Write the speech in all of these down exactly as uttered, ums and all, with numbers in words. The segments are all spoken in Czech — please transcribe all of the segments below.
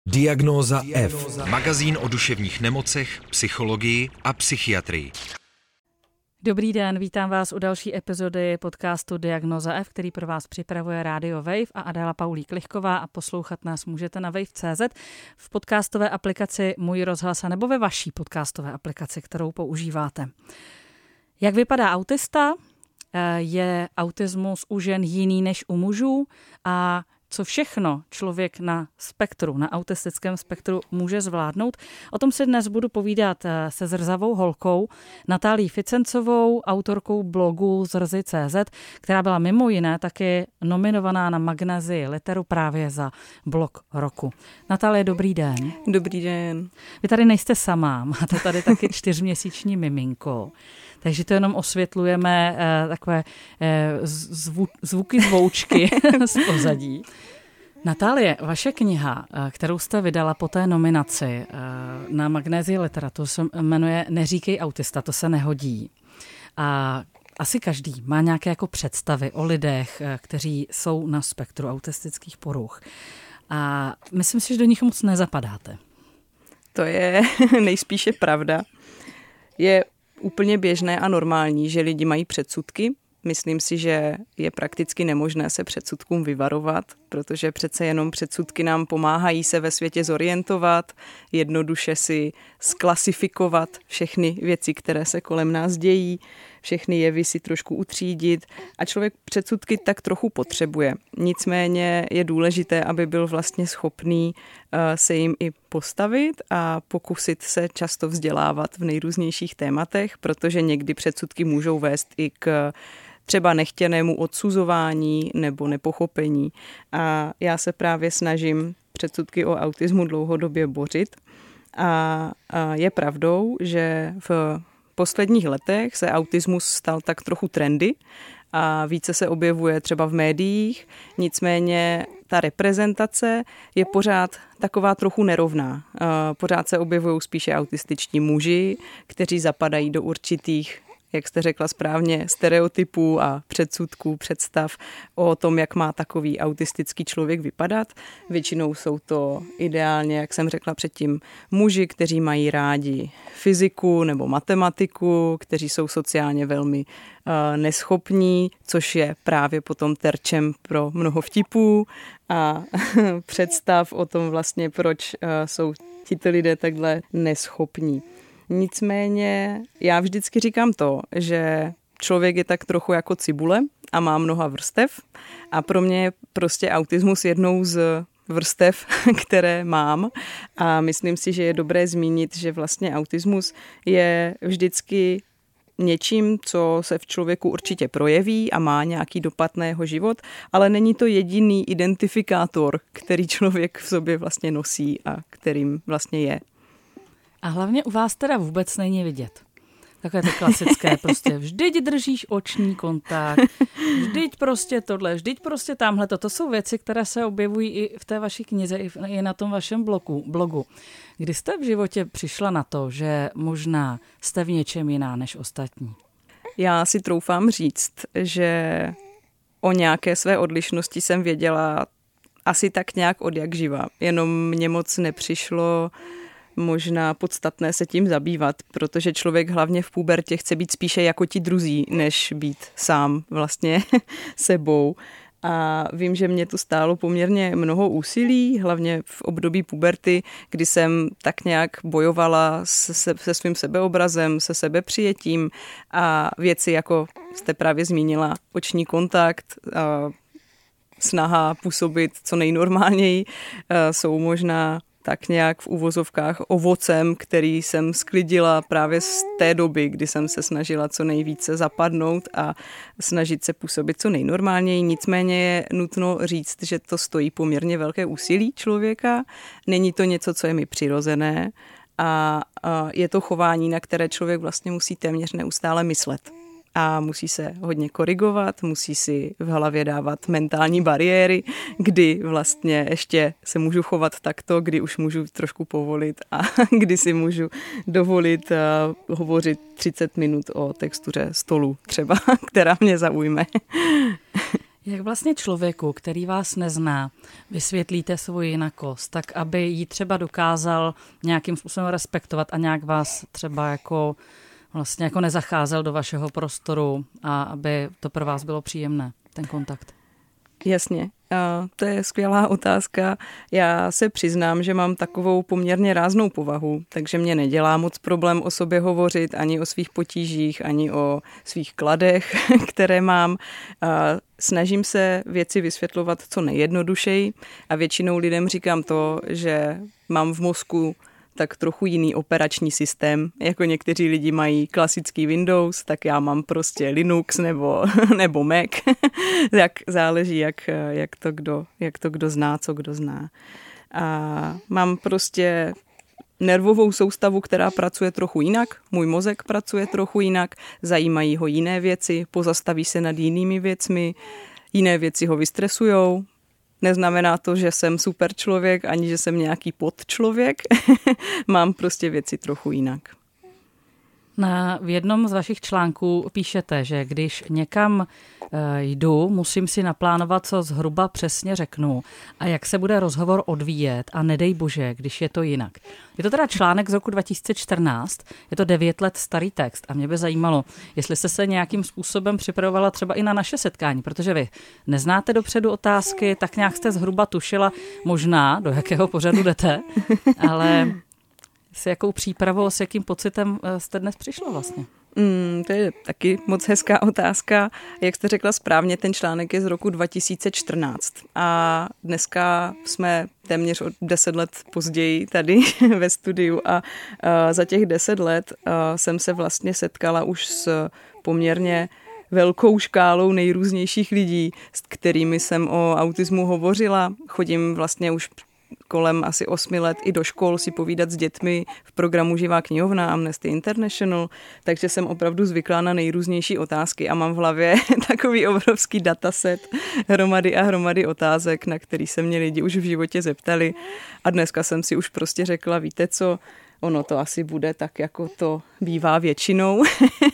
Diagnóza F. Magazín o duševních nemocech, psychologii a psychiatrii. Dobrý den, vítám vás u další epizody podcastu Diagnóza F, který pro vás připravuje Radio Wave a Adéla Paulík-Lichková, a poslouchat nás můžete na wave tečka cé zet, v podcastové aplikaci Můj rozhlas nebo ve vaší podcastové aplikaci, kterou používáte. Jak vypadá autista? Je autismus u žen jiný než u mužů? A co všechno člověk na spektru, na autistickém spektru může zvládnout? O tom si dnes budu povídat se zrzavou holkou Natálií Ficencovou, autorkou blogu zrzy tečka cé zet, která byla mimo jiné taky nominovaná na Magnézii Literu právě za blog roku. Natálie, dobrý den. Dobrý den. Vy tady nejste sama, máte tady taky čtyřměsíční miminko. Takže to jenom osvětlujeme eh, takové eh, zvu, zvuky zvoučky z pozadí. Natálie, vaše kniha, kterou jste vydala po té nominaci eh, na Magnézii Litera, to se jmenuje Neříkej autista, to se nehodí. A asi každý má nějaké jako představy o lidech, kteří jsou na spektru autistických poruch. A myslím si, že do nich moc nezapadáte. To je nejspíše pravda. Je úplně běžné a normální, že lidi mají předsudky. Myslím si, že je prakticky nemožné se předsudkům vyvarovat, protože přece jenom předsudky nám pomáhají se ve světě zorientovat, jednoduše si zklasifikovat všechny věci, které se kolem nás dějí, všechny jevy si trošku utřídit a člověk předsudky tak trochu potřebuje. Nicméně je důležité, aby byl vlastně schopný se jim i postavit a pokusit se často vzdělávat v nejrůznějších tématech, protože někdy předsudky můžou vést i k třeba nechtěnému odsuzování nebo nepochopení. A já se právě snažím předsudky o autismu dlouhodobě bořit. A je pravdou, že v posledních letech se autismus stal tak trochu trendy a více se objevuje třeba v médiích, nicméně ta reprezentace je pořád taková trochu nerovná. Pořád se objevují spíše autističtí muži, kteří zapadají do určitých, jak jste řekla správně, stereotypů a předsudků, představ o tom, jak má takový autistický člověk vypadat. Většinou jsou to ideálně, jak jsem řekla předtím, muži, kteří mají rádi fyziku nebo matematiku, kteří jsou sociálně velmi uh, neschopní, což je právě potom terčem pro mnoho vtipů a představ o tom vlastně, proč uh, jsou tito lidé takhle neschopní. Nicméně já vždycky říkám to, že člověk je tak trochu jako cibule a má mnoha vrstev a pro mě je prostě autismus jednou z vrstev, které mám, a myslím si, že je dobré zmínit, že vlastně autismus je vždycky něčím, co se v člověku určitě projeví a má nějaký dopad na jeho život, ale není to jediný identifikátor, který člověk v sobě vlastně nosí a kterým vlastně je. A hlavně u vás teda vůbec není vidět. Takové to klasické, prostě vždyť držíš oční kontakt, vždyť prostě tohle, vždyť prostě tamhle. To jsou věci, které se objevují i v té vaší knize, i na tom vašem blogu. blogu. Kdy jste v životě přišla na to, že možná jste v něčem jiná než ostatní? Já si troufám říct, že o nějaké své odlišnosti jsem věděla asi tak nějak od jak živa. Jenom mě moc nepřišlo možná podstatné se tím zabývat, protože člověk hlavně v pubertě chce být spíše jako ti druzí, než být sám vlastně sebou. A vím, že mě to stálo poměrně mnoho úsilí, hlavně v období puberty, kdy jsem tak nějak bojovala se, se svým sebeobrazem, se sebepřijetím a věci, jako jste právě zmínila, oční kontakt, a snaha působit co nejnormálněji, jsou možná tak nějak v uvozovkách ovocem, který jsem sklidila právě z té doby, kdy jsem se snažila co nejvíce zapadnout a snažit se působit co nejnormálněji. Nicméně je nutno říct, že to stojí poměrně velké úsilí člověka. Není to něco, co je mi přirozené a je to chování, na které člověk vlastně musí téměř neustále myslet. A musí se hodně korigovat, musí si v hlavě dávat mentální bariéry, kdy vlastně ještě se můžu chovat takto, kdy už můžu trošku povolit a kdy si můžu dovolit uh, hovořit třicet minut o textuře stolu třeba, která mě zaujme. Jak vlastně člověku, který vás nezná, vysvětlíte svoji jinakost, tak aby ji třeba dokázal nějakým způsobem respektovat a nějak vás třeba jako vlastně jako nezacházel do vašeho prostoru a aby to pro vás bylo příjemné, ten kontakt? Jasně, a to je skvělá otázka. Já se přiznám, že mám takovou poměrně ráznou povahu, takže mě nedělá moc problém o sobě hovořit, ani o svých potížích, ani o svých kladech, které mám. A snažím se věci vysvětlovat co nejjednodušeji a většinou lidem říkám to, že mám v mozku tak trochu jiný operační systém. Jako někteří lidi mají klasický Windows, tak já mám prostě Linux nebo, nebo Mac. Jak záleží, jak, jak, to kdo, jak to kdo zná, co kdo zná. A mám prostě nervovou soustavu, která pracuje trochu jinak. Můj mozek pracuje trochu jinak. Zajímají ho jiné věci, pozastaví se nad jinými věcmi. Jiné věci ho vystresujou. Neznamená to, že jsem super člověk, ani že jsem nějaký podčlověk. Mám prostě věci trochu jinak. Na, v jednom z vašich článků píšete, že když někam e, jdu, musím si naplánovat, co zhruba přesně řeknu a jak se bude rozhovor odvíjet a nedej bože, když je to jinak. Je to teda článek z roku dva tisíce čtrnáct, je to devět let starý text a mě by zajímalo, jestli jste se nějakým způsobem připravovala třeba i na naše setkání, protože vy neznáte dopředu otázky, tak nějak jste zhruba tušila možná, do jakého pořadu jdete, ale s jakou přípravou, s jakým pocitem jste dnes přišla vlastně? Mm, to je taky moc hezká otázka. Jak jste řekla správně, ten článek je z roku dva tisíce čtrnáct a dneska jsme téměř o deset let později tady ve studiu a, a za těch deset let a, jsem se vlastně setkala už s poměrně velkou škálou nejrůznějších lidí, s kterými jsem o autismu hovořila. Chodím vlastně už kolem asi osmi let i do škol si povídat s dětmi v programu Živá knihovna Amnesty International, takže jsem opravdu zvyklá na nejrůznější otázky a mám v hlavě takový obrovský dataset hromady a hromady otázek, na který se mě lidi už v životě zeptali a dneska jsem si už prostě řekla, víte co, ono to asi bude tak, jako to bývá většinou.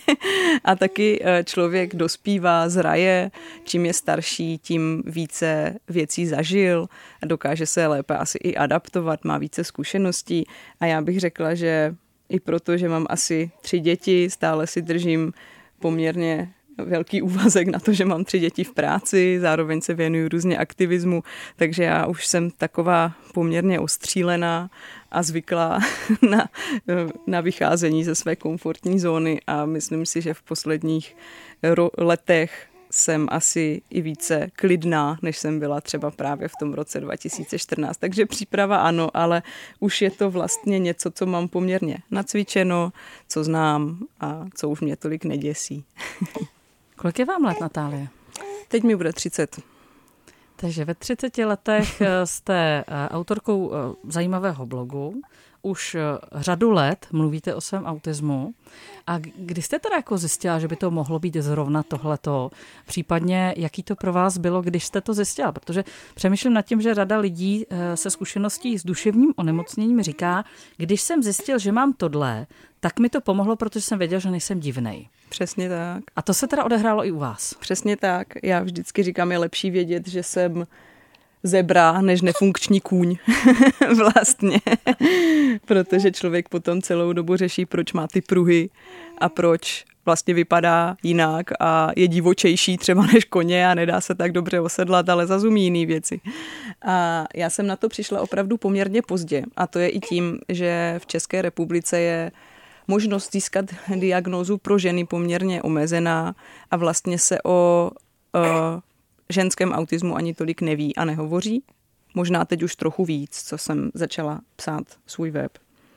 A taky člověk dospívá, zraje, čím je starší, tím více věcí zažil a dokáže se lépe asi i adaptovat, má více zkušeností. A já bych řekla, že i proto, že mám asi tři děti, stále si držím poměrně velký úvazek na to, že mám tři děti v práci, zároveň se věnuju různě aktivismu, takže já už jsem taková poměrně ostřílená a zvyklá na, na vycházení ze své komfortní zóny a myslím si, že v posledních ro- letech jsem asi i více klidná, než jsem byla třeba právě v tom roce dva tisíce čtrnáct. Takže příprava ano, ale už je to vlastně něco, co mám poměrně nacvičeno, co znám a co už mě tolik neděsí. Kolik je vám let, Natálie? Teď mi bude třicet. Takže ve třiceti letech jste autorkou zajímavého blogu. Už řadu let mluvíte o svém autismu. A kdy jste teda jako zjistila, že by to mohlo být zrovna tohleto? Případně, jaký to pro vás bylo, když jste to zjistila? Protože přemýšlím nad tím, že řada lidí se zkušeností s duševním onemocněním říká, když jsem zjistil, že mám tohle, tak mi to pomohlo, protože jsem věděl, že nejsem divnej. Přesně tak. A to se teda odehrálo i u vás? Přesně tak. Já vždycky říkám, je lepší vědět, že jsem zebra než nefunkční kůň vlastně, protože člověk potom celou dobu řeší, proč má ty pruhy a proč vlastně vypadá jinak a je divočejší třeba než koně a nedá se tak dobře osedlat, ale zazumí jiný věci. A já jsem na to přišla opravdu poměrně pozdě a to je i tím, že v České republice je možnost získat diagnózu pro ženy poměrně omezená a vlastně se o uh, ženském autismu ani tolik neví a nehovoří. Možná teď už trochu víc, co jsem začala psát svůj web.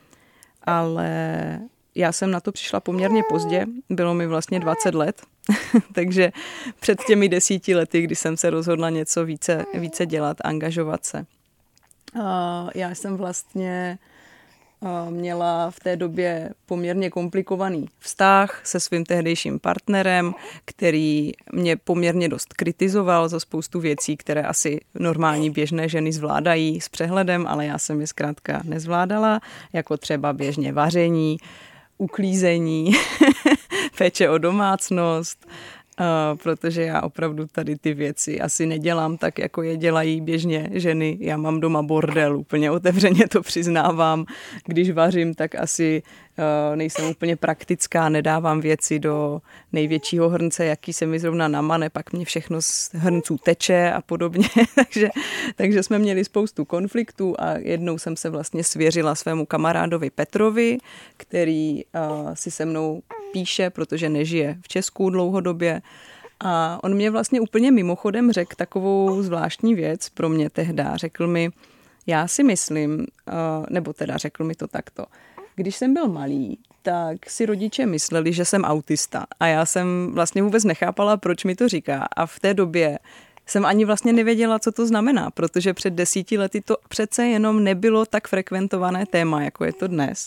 Ale já jsem na to přišla poměrně pozdě, bylo mi vlastně dvacet let, takže před těmi desíti lety, kdy jsem se rozhodla něco více, více dělat, angažovat se. A já jsem vlastně měla v té době poměrně komplikovaný vztah se svým tehdejším partnerem, který mě poměrně dost kritizoval za spoustu věcí, které asi normální běžné ženy zvládají s přehledem, ale já jsem je zkrátka nezvládala, jako třeba běžně vaření, uklízení, péče o domácnost, Uh, protože já opravdu tady ty věci asi nedělám tak, jako je dělají běžně ženy. Já mám doma bordel, úplně otevřeně to přiznávám. Když vařím, tak asi uh, nejsem úplně praktická, nedávám věci do největšího hrnce, jaký se mi zrovna namane, pak mě všechno z hrnců teče a podobně. takže, takže jsme měli spoustu konfliktů a jednou jsem se vlastně svěřila svému kamarádovi Petrovi, který uh, si se mnou píše, protože nežije v Česku dlouhodobě. A on mě vlastně úplně mimochodem řekl takovou zvláštní věc pro mě tehda. Řekl mi, já si myslím, nebo teda řekl mi to takto. Když jsem byl malý, tak si rodiče mysleli, že jsem autista. A já jsem vlastně vůbec nechápala, proč mi to říká. A v té době jsem ani vlastně nevěděla, co to znamená, protože před desíti lety to přece jenom nebylo tak frekventované téma, jako je to dnes.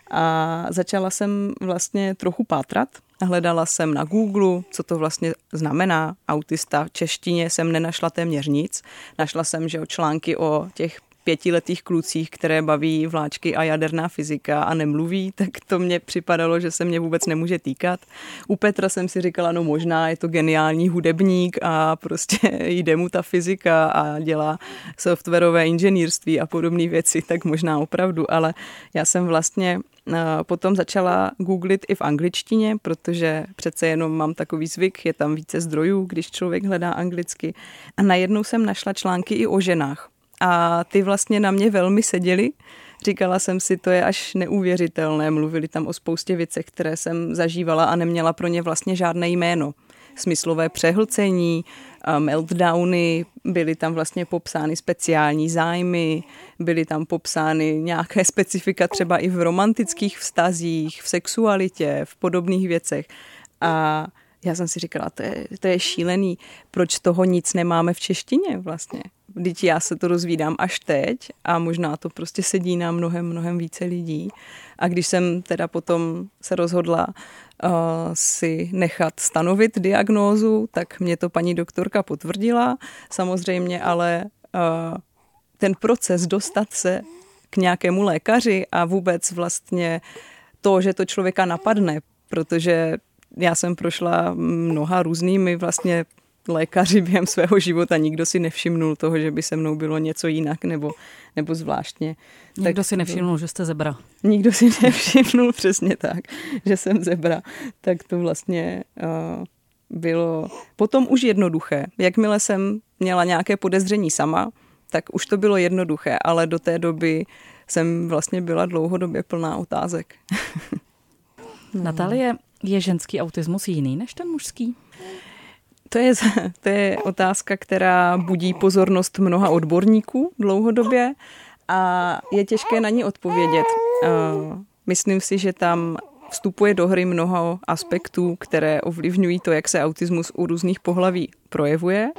A začala jsem vlastně trochu pátrat. Hledala jsem na Google, co to vlastně znamená autista. V češtině jsem nenašla téměř nic. Našla jsem, že o články o těch pětiletých klucích, které baví vláčky a jaderná fyzika a nemluví, tak to mně připadalo, že se mě vůbec nemůže týkat. U Petra jsem si říkala, no možná je to geniální hudebník a prostě jde mu ta fyzika a dělá softwarové inženýrství a podobné věci, tak možná opravdu, ale já jsem vlastně potom začala googlit i v angličtině, protože přece jenom mám takový zvyk, je tam více zdrojů, když člověk hledá anglicky. A najednou jsem našla články i o ženách. A ty vlastně na mě velmi seděly. Říkala jsem si, to je až neuvěřitelné. Mluvili tam o spoustě věcech, které jsem zažívala a neměla pro ně vlastně žádné jméno. Smyslové přehlcení, meltdowny, byly tam vlastně popsány speciální zájmy, byly tam popsány nějaké specifika třeba i v romantických vztazích, v sexualitě, v podobných věcech. A já jsem si říkala, to je, to je šílený, proč toho nic nemáme v češtině vlastně. Vždyť já se to rozvídám až teď a možná to prostě sedí na mnohem, mnohem více lidí. A když jsem teda potom se rozhodla uh, si nechat stanovit diagnózu, tak mě to paní doktorka potvrdila. Samozřejmě, ale uh, ten proces dostat se k nějakému lékaři a vůbec vlastně to, že to člověka napadne, protože já jsem prošla mnoha různými vlastně lékaři během svého života, nikdo si nevšimnul toho, že by se mnou bylo něco jinak nebo, nebo zvláštně. Nikdo tak si nevšimnul, že jste zebra. Nikdo si nevšimnul, přesně tak, že jsem zebra. Tak to vlastně uh, bylo potom už jednoduché. Jakmile jsem měla nějaké podezření sama, tak už to bylo jednoduché, ale do té doby jsem vlastně byla dlouhodobě plná otázek. Natalie, je ženský autismus jiný než ten mužský? To je, to je otázka, která budí pozornost mnoha odborníků dlouhodobě a je těžké na ní odpovědět. Myslím si, že tam vstupuje do hry mnoho aspektů, které ovlivňují to, jak se autismus u různých pohlaví projevuje.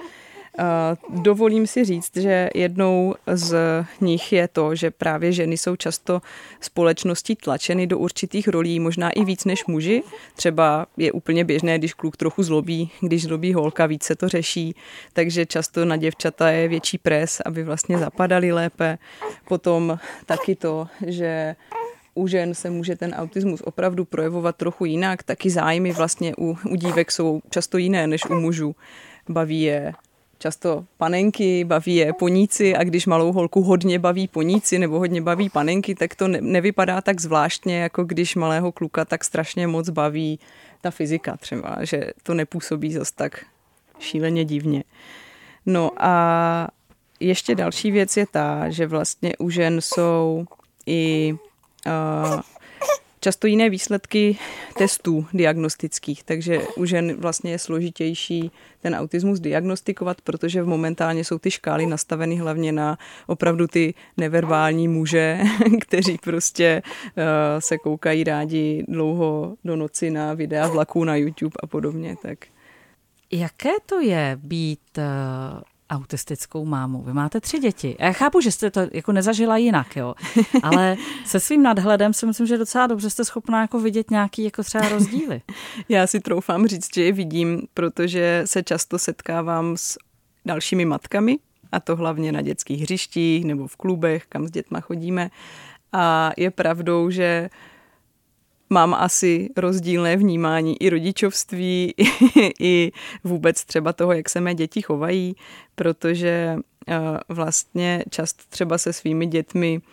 Dovolím si říct, že jednou z nich je to, že právě ženy jsou často společností tlačeny do určitých rolí, možná i víc než muži. Třeba je úplně běžné, když kluk trochu zlobí, když zlobí holka, víc se to řeší, takže často na děvčata je větší pres, aby vlastně zapadaly lépe. Potom taky to, že u žen se může ten autismus opravdu projevovat trochu jinak, taky zájmy vlastně u, u dívek jsou často jiné než u mužů. Baví je často panenky, baví je poníci a když malou holku hodně baví poníci nebo hodně baví panenky, tak to ne, nevypadá tak zvláštně, jako když malého kluka tak strašně moc baví ta fyzika třeba, že to nepůsobí zas tak šíleně divně. No a ještě další věc je ta, že vlastně u žen jsou i uh, často jiné výsledky testů diagnostických, takže u žen vlastně je složitější ten autismus diagnostikovat, protože momentálně jsou ty škály nastaveny hlavně na opravdu ty neverbální muže, kteří prostě uh, se koukají rádi dlouho do noci na videa vlaků na YouTube a podobně. Tak. Jaké to je být uh, autistickou mámou? Vy máte tři děti. Já chápu, že jste to jako nezažila jinak, jo. Ale se svým nadhledem si myslím, že docela dobře jste schopná jako vidět nějaký jako třeba rozdíly. Já si troufám říct, že je vidím, protože se často setkávám s dalšími matkami, a to hlavně na dětských hřištích nebo v klubech, kam s dětma chodíme. A je pravdou, že mám asi rozdílné vnímání i rodičovství, i, i vůbec třeba toho, jak se mé děti chovají, protože vlastně často třeba se svými dětmi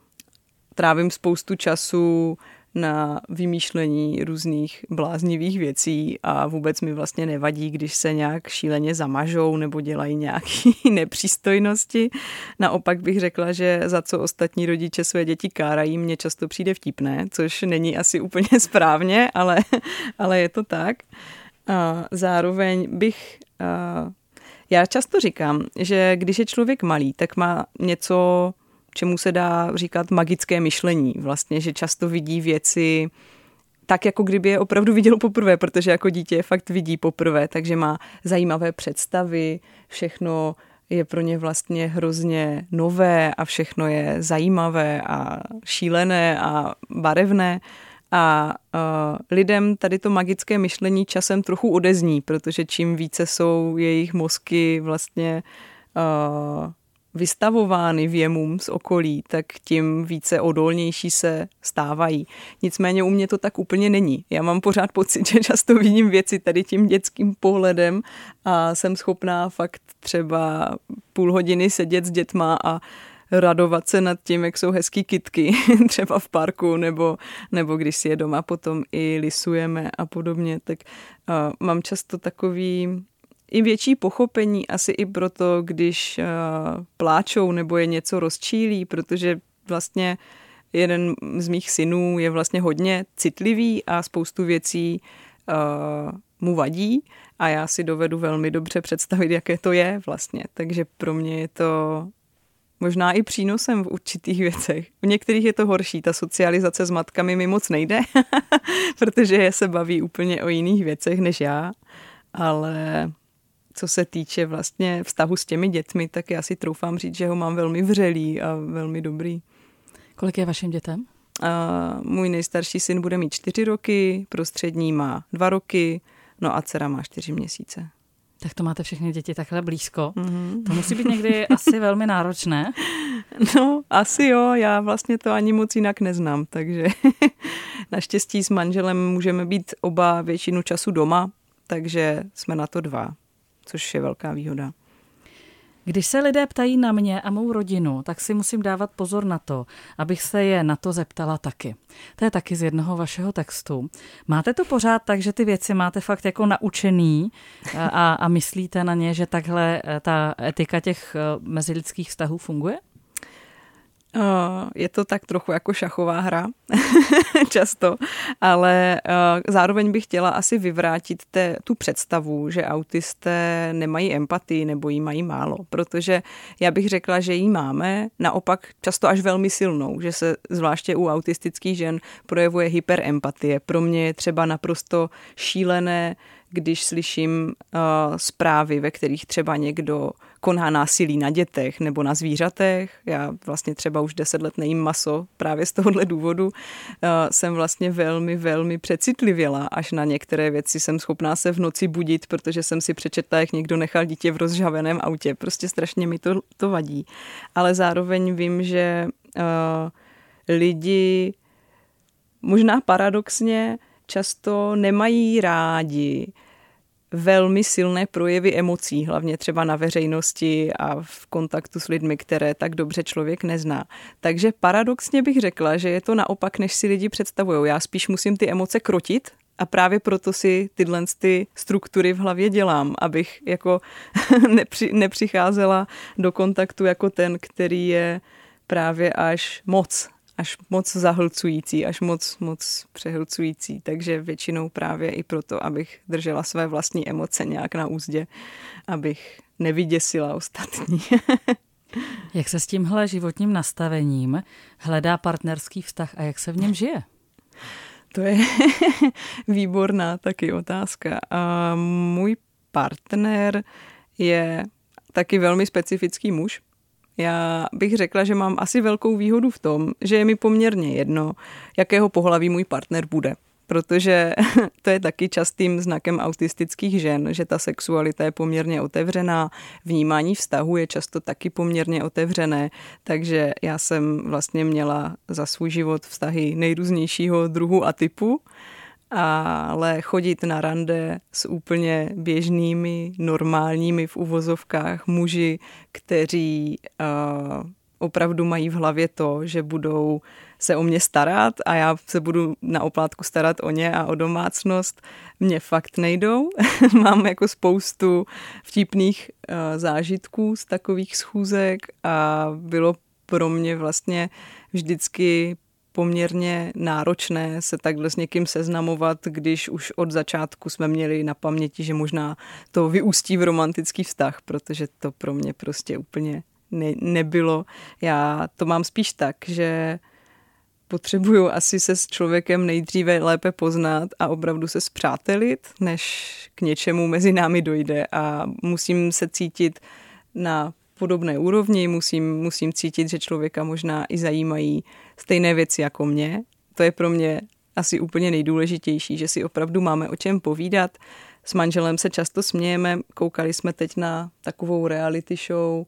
trávím spoustu času na vymýšlení různých bláznivých věcí a vůbec mi vlastně nevadí, když se nějak šíleně zamažou nebo dělají nějaké nepřístojnosti. Naopak bych řekla, že za co ostatní rodiče své děti kárají, mně často přijde vtipné, což není asi úplně správně, ale, ale je to tak. A zároveň bych... A já často říkám, že když je člověk malý, tak má něco, čemu se dá říkat magické myšlení. Vlastně, že často vidí věci tak, jako kdyby je opravdu viděl poprvé, protože jako dítě je fakt vidí poprvé, takže má zajímavé představy, všechno je pro ně vlastně hrozně nové a všechno je zajímavé a šílené a barevné. A uh, lidem tady to magické myšlení časem trochu odezní, protože čím více jsou jejich mozky vlastně uh, vystavovány věmům z okolí, tak tím více odolnější se stávají. Nicméně u mě to tak úplně není. Já mám pořád pocit, že často vidím věci tady tím dětským pohledem a jsem schopná fakt třeba půl hodiny sedět s dětma a radovat se nad tím, jak jsou hezký kytky, třeba v parku, nebo, nebo když si je doma potom i lisujeme a podobně, tak uh, mám často takový i větší pochopení, asi i proto, když uh, pláčou nebo je něco rozčílí, protože vlastně jeden z mých synů je vlastně hodně citlivý a spoustu věcí uh, mu vadí a já si dovedu velmi dobře představit, jaké to je vlastně, takže pro mě je to možná i přínosem v určitých věcech. U některých je to horší, ta socializace s matkami mi moc nejde, protože je se baví úplně o jiných věcech než já, ale co se týče vlastně vztahu s těmi dětmi, tak já si troufám říct, že ho mám velmi vřelý a velmi dobrý. Kolik je vašim dětem? A můj nejstarší syn bude mít čtyři roky, prostřední má dva roky, no a dcera má čtyři měsíce. Tak to máte všechny děti takhle blízko. Mm-hmm. To musí být někdy asi velmi náročné. No, asi jo, já vlastně to ani moc jinak neznám, takže naštěstí s manželem můžeme být oba většinu času doma, takže jsme na to dva, což je velká výhoda. Když se lidé ptají na mě a mou rodinu, tak si musím dávat pozor na to, abych se je na to zeptala taky. To je taky z jednoho vašeho textu. Máte to pořád tak, že ty věci máte fakt jako naučený a, a myslíte na ně, že takhle ta etika těch mezilidských vztahů funguje? Je to tak trochu jako šachová hra, často, ale zároveň bych chtěla asi vyvrátit te, tu představu, že autisté nemají empatii nebo jí mají málo, protože já bych řekla, že jí máme, naopak často až velmi silnou, že se zvláště u autistických žen projevuje hyperempatie. Pro mě je třeba naprosto šílené, když slyším uh, zprávy, ve kterých třeba někdo koná násilí na dětech nebo na zvířatech. Já vlastně třeba už deset let nejím maso právě z tohohle důvodu. Uh, jsem vlastně velmi, velmi přecitlivěla. Až na některé věci jsem schopná se v noci budit, protože jsem si přečetla, jak někdo nechal dítě v rozžhaveném autě. Prostě strašně mi to, to vadí. Ale zároveň vím, že uh, lidi možná paradoxně často nemají rádi velmi silné projevy emocí, hlavně třeba na veřejnosti a v kontaktu s lidmi, které tak dobře člověk nezná. Takže paradoxně bych řekla, že je to naopak, než si lidi představují. Já spíš musím ty emoce krotit a právě proto si tyhle ty struktury v hlavě dělám, abych jako nepři, nepřicházela do kontaktu jako ten, který je právě až moc. až moc zahlcující, až moc, moc přehlcující. Takže většinou právě i proto, abych držela své vlastní emoce nějak na úzdě, abych nevyděsila ostatní. Jak se s tímhle životním nastavením hledá partnerský vztah a jak se v něm žije? To je výborná taky otázka. A můj partner je taky velmi specifický muž. Já bych řekla, že mám asi velkou výhodu v tom, že je mi poměrně jedno, jakého pohlaví můj partner bude. protože to je taky častým znakem autistických žen, že ta sexualita je poměrně otevřená, vnímání vztahu je často taky poměrně otevřené, takže já jsem vlastně měla za svůj život vztahy nejrůznějšího druhu a typu, ale chodit na rande s úplně běžnými, normálními v uvozovkách muži, kteří uh, opravdu mají v hlavě to, že budou se o mě starat a já se budu na oplátku starat o ně a o domácnost, mě fakt nejdou. Mám jako spoustu vtipných uh, zážitků z takových schůzek a bylo pro mě vlastně vždycky poměrně náročné se takhle s někým seznamovat, když už od začátku jsme měli na paměti, že možná to vyústí v romantický vztah, protože to pro mě prostě úplně ne, nebylo. Já to mám spíš tak, že potřebuju asi se s člověkem nejdříve lépe poznat a opravdu se spřátelit, než k něčemu mezi námi dojde a musím se cítit na podobné úrovni, musím, musím cítit, že člověka možná i zajímají stejné věci jako mě. To je pro mě asi úplně nejdůležitější, že si opravdu máme o čem povídat. S manželem se často smějeme, koukali jsme teď na takovou reality show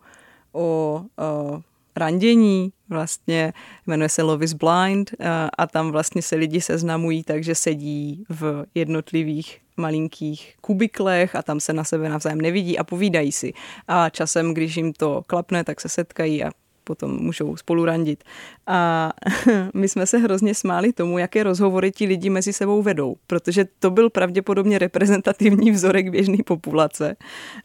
o, o randění, vlastně jmenuje se Love is Blind a, a tam vlastně se lidi seznamují, takže sedí v jednotlivých malinkých kubiklech a tam se na sebe navzájem nevidí a povídají si. A časem, když jim to klapne, tak se setkají a potom můžou spolu randit. A my jsme se hrozně smáli tomu, jaké rozhovory ti lidi mezi sebou vedou, protože to byl pravděpodobně reprezentativní vzorek běžné populace.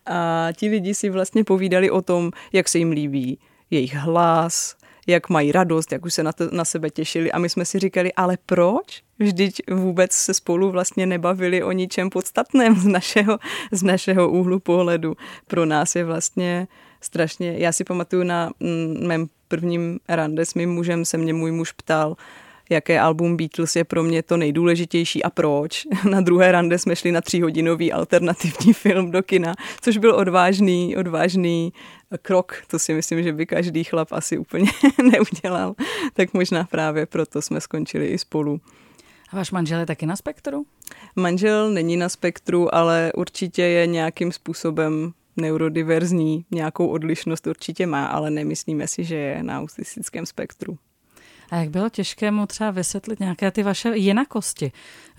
A ti lidi si vlastně povídali o tom, jak se jim líbí jejich hlas, jak mají radost, jak už se na, to, na sebe těšili a my jsme si říkali, ale proč? Vždyť vůbec se spolu vlastně nebavili o ničem podstatném z našeho, z našeho úhlu pohledu. Pro nás je vlastně strašně, já si pamatuju na mm, mém prvním rande s mým mužem, se mě můj muž ptal, jaké album Beatles je pro mě to nejdůležitější a proč. Na druhé rande jsme šli na tříhodinový alternativní film do kina, což byl odvážný, odvážný krok. To si myslím, že by každý chlap asi úplně neudělal. Tak možná právě proto jsme skončili i spolu. A váš manžel je taky na spektru? Manžel není na spektru, ale určitě je nějakým způsobem neurodiverzní, nějakou odlišnost určitě má, ale nemyslíme si, že je na autistickém spektru. A jak bylo těžké mu třeba vysvětlit nějaké ty vaše jinakosti?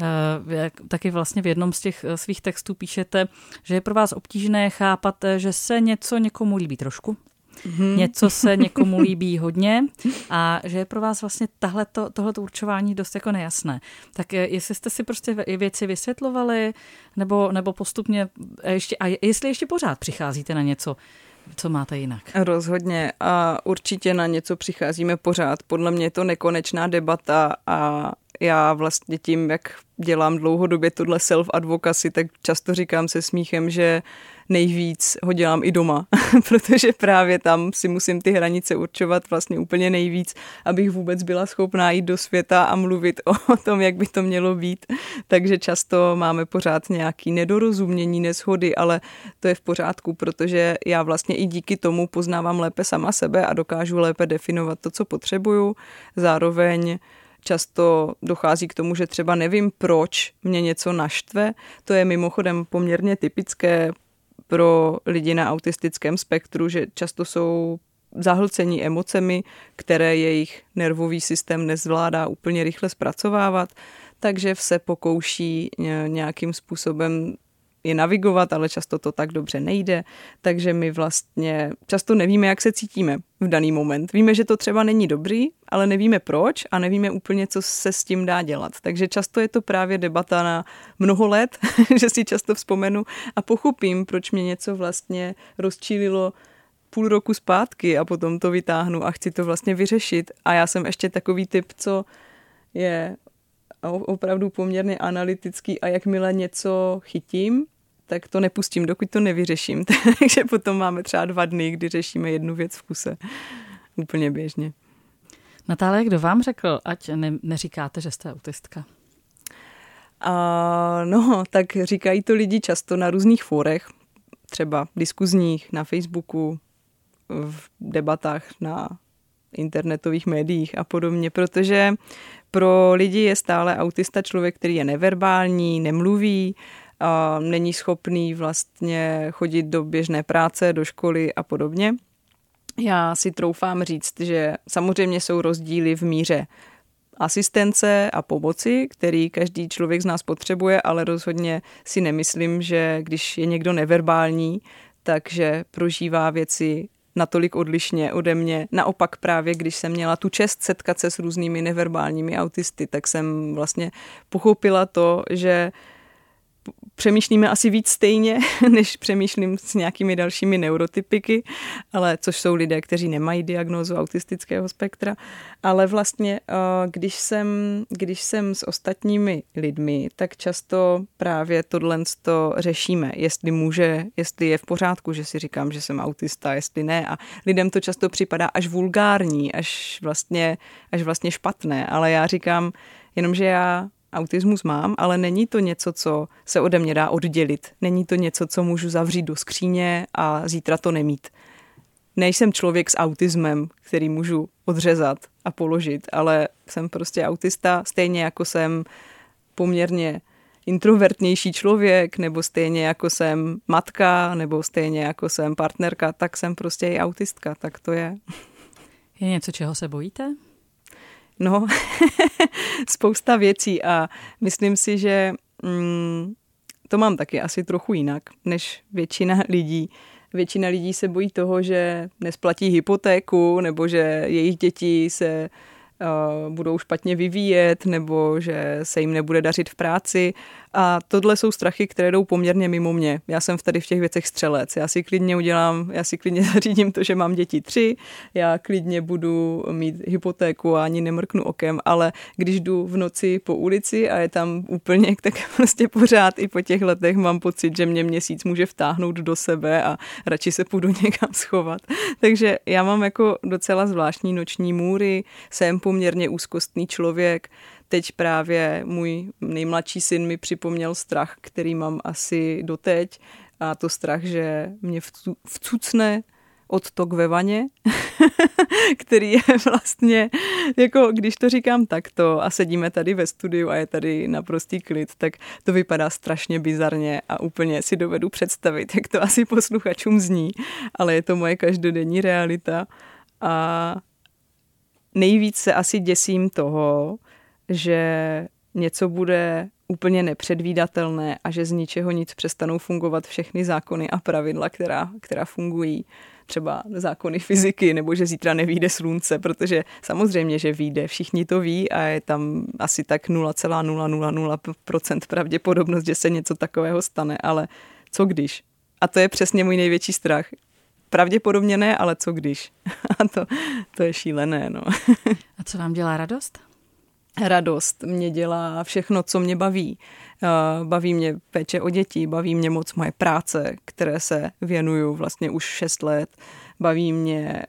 Jak taky vlastně v jednom z těch svých textů píšete, že je pro vás obtížné chápat, že se něco někomu líbí trošku, mm-hmm. něco se někomu líbí hodně a že je pro vás vlastně tohleto, tohleto určování dost jako nejasné. Tak jestli jste si prostě věci vysvětlovali, nebo, nebo postupně ještě, a jestli ještě pořád přicházíte na něco, co máte jinak? Rozhodně a určitě na něco přicházíme pořád. Podle mě je to nekonečná debata a já vlastně tím, jak dělám dlouhodobě tohle self-advocacy, tak často říkám se smíchem, že nejvíc ho dělám i doma, protože právě tam si musím ty hranice určovat vlastně úplně nejvíc, abych vůbec byla schopná jít do světa a mluvit o tom, jak by to mělo být. Takže často máme pořád nějaké nedorozumění, neshody, ale to je v pořádku, protože já vlastně i díky tomu poznávám lépe sama sebe a dokážu lépe definovat to, co potřebuju. Zároveň často dochází k tomu, že třeba nevím, proč mě něco naštve. To je mimochodem poměrně typické pro lidi na autistickém spektru, že často jsou zahlcení emocemi, které jejich nervový systém nezvládá úplně rychle zpracovávat, takže se pokouší nějakým způsobem je navigovat, ale často to tak dobře nejde, takže my vlastně často nevíme, jak se cítíme v daný moment. Víme, že to třeba není dobrý, ale nevíme proč a nevíme úplně, co se s tím dá dělat. Takže často je to právě debata na mnoho let, že si často vzpomenu a pochopím, proč mě něco vlastně rozčílilo půl roku zpátky a potom to vytáhnu a chci to vlastně vyřešit. A já jsem ještě takový typ, co je opravdu poměrně analytický a jakmile něco chytím, tak to nepustím, dokud to nevyřeším. Takže potom máme třeba dva dny, kdy řešíme jednu věc v kuse. Úplně běžně. Natálie, kdo vám řekl, ať ne, neříkáte, že jste autistka? A, no, tak říkají to lidi často na různých fórech, třeba diskuzních, na Facebooku, v debatách na internetových médiích a podobně, protože pro lidi je stále autista člověk, který je neverbální, nemluví, a není schopný vlastně chodit do běžné práce, do školy a podobně. Já si troufám říct, že samozřejmě jsou rozdíly v míře asistence a pomoci, který každý člověk z nás potřebuje, ale rozhodně si nemyslím, že když je někdo neverbální, takže prožívá věci natolik odlišně ode mě. Naopak právě, když jsem měla tu čest setkat se s různými neverbálními autisty, tak jsem vlastně pochopila to, že přemýšlíme asi víc stejně, než přemýšlím s nějakými dalšími neurotypiky, ale což jsou lidé, kteří nemají diagnózu autistického spektra. Ale vlastně, když jsem, když jsem s ostatními lidmi, tak často právě tohle řešíme, jestli může, jestli je v pořádku, že si říkám, že jsem autista, jestli ne. A lidem to často připadá až vulgární, až vlastně, až vlastně špatné. Ale já říkám, jenomže já autismus mám, ale není to něco, co se ode mě dá oddělit. Není to něco, co můžu zavřít do skříně a zítra to nemít. Nejsem člověk s autismem, který můžu odřezat a položit, ale jsem prostě autista, stejně jako jsem poměrně introvertnější člověk, nebo stejně jako jsem matka, nebo stejně jako jsem partnerka, tak jsem prostě i autistka, tak to je. Je něco, čeho se bojíte? No, spousta věcí a myslím si, že mm, to mám taky asi trochu jinak, než většina lidí. Většina lidí se bojí toho, že nesplatí hypotéku, nebo že jejich děti se uh, budou špatně vyvíjet, nebo že se jim nebude dařit v práci. A tohle jsou strachy, které jdou poměrně mimo mě. Já jsem tady v těch věcech střelec. Já si klidně udělám, já si klidně zařídím to, že mám děti tři, já klidně budu mít hypotéku a ani nemrknu okem, ale když jdu v noci po ulici a je tam úplně, tak prostě pořád i po těch letech mám pocit, že mě měsíc může vtáhnout do sebe a radši se půjdu někam schovat. Takže já mám jako docela zvláštní noční můry, jsem poměrně úzkostný člověk. Teď právě můj nejmladší syn mi připomněl strach, který mám asi doteď, a to strach, že mě vcucne odtok ve vaně, který je vlastně, jako když to říkám takto a sedíme tady ve studiu a je tady naprostý klid, tak to vypadá strašně bizarně a úplně si dovedu představit, jak to asi posluchačům zní, ale je to moje každodenní realita a nejvíc se asi děsím toho, že něco bude úplně nepředvídatelné a že z ničeho nic přestanou fungovat všechny zákony a pravidla, která, která fungují. Třeba zákony fyziky, nebo že zítra nevyjde slunce, protože samozřejmě, že vyjde, všichni to ví a je tam asi tak nula celá nula nula nula procent pravděpodobnost, že se něco takového stane, ale co když? A to je přesně můj největší strach. Pravděpodobně ne, ale co když? A to, to je šílené, no. A co vám dělá radost? Radost mě dělá všechno, co mě baví. Baví mě péče o děti, baví mě moc moje práce, které se věnuju vlastně už šest let. Baví mě,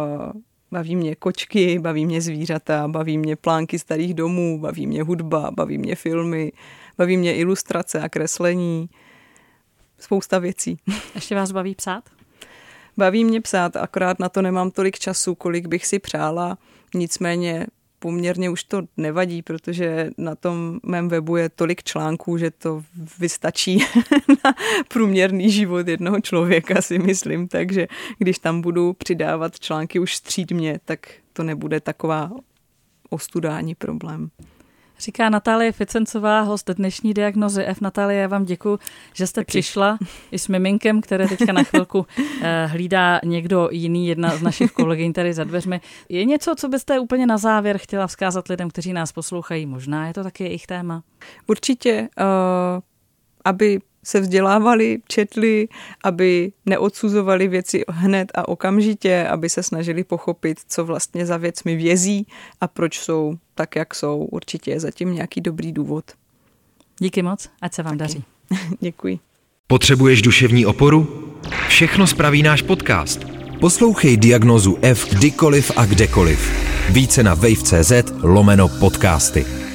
baví mě kočky, baví mě zvířata, baví mě plánky starých domů, baví mě hudba, baví mě filmy, baví mě ilustrace a kreslení. Spousta věcí. Ještě vás baví psát? Baví mě psát, akorát na to nemám tolik času, kolik bych si přála. Nicméně poměrně už to nevadí, protože na tom mém webu je tolik článků, že to vystačí na průměrný život jednoho člověka, si myslím. Takže když tam budu přidávat články už střídmě, tak to nebude taková ostuda ani problém. Říká Natálie Ficencová, host dnešní Diagnozy F. Natálie, já vám děkuji, že jste Taky. přišla i s miminkem, které teďka na chvilku hlídá někdo jiný, jedna z našich kolegyň tady za dveřmi. Je něco, co byste úplně na závěr chtěla vzkázat lidem, kteří nás poslouchají? Možná je to taky jejich téma. Určitě, uh, aby se vzdělávali, četli, aby neodsuzovali věci hned a okamžitě, aby se snažili pochopit, co vlastně za věc mi vězí a proč jsou tak, jak jsou. Určitě je zatím nějaký dobrý důvod. Díky moc, ať se vám Taky. daří. Děkuji. Potřebuješ duševní oporu? Všechno spraví náš podcast. Poslouchej Diagnózu F kdykoliv a kdekoliv. Více na wave tečka cz lomeno podcasty.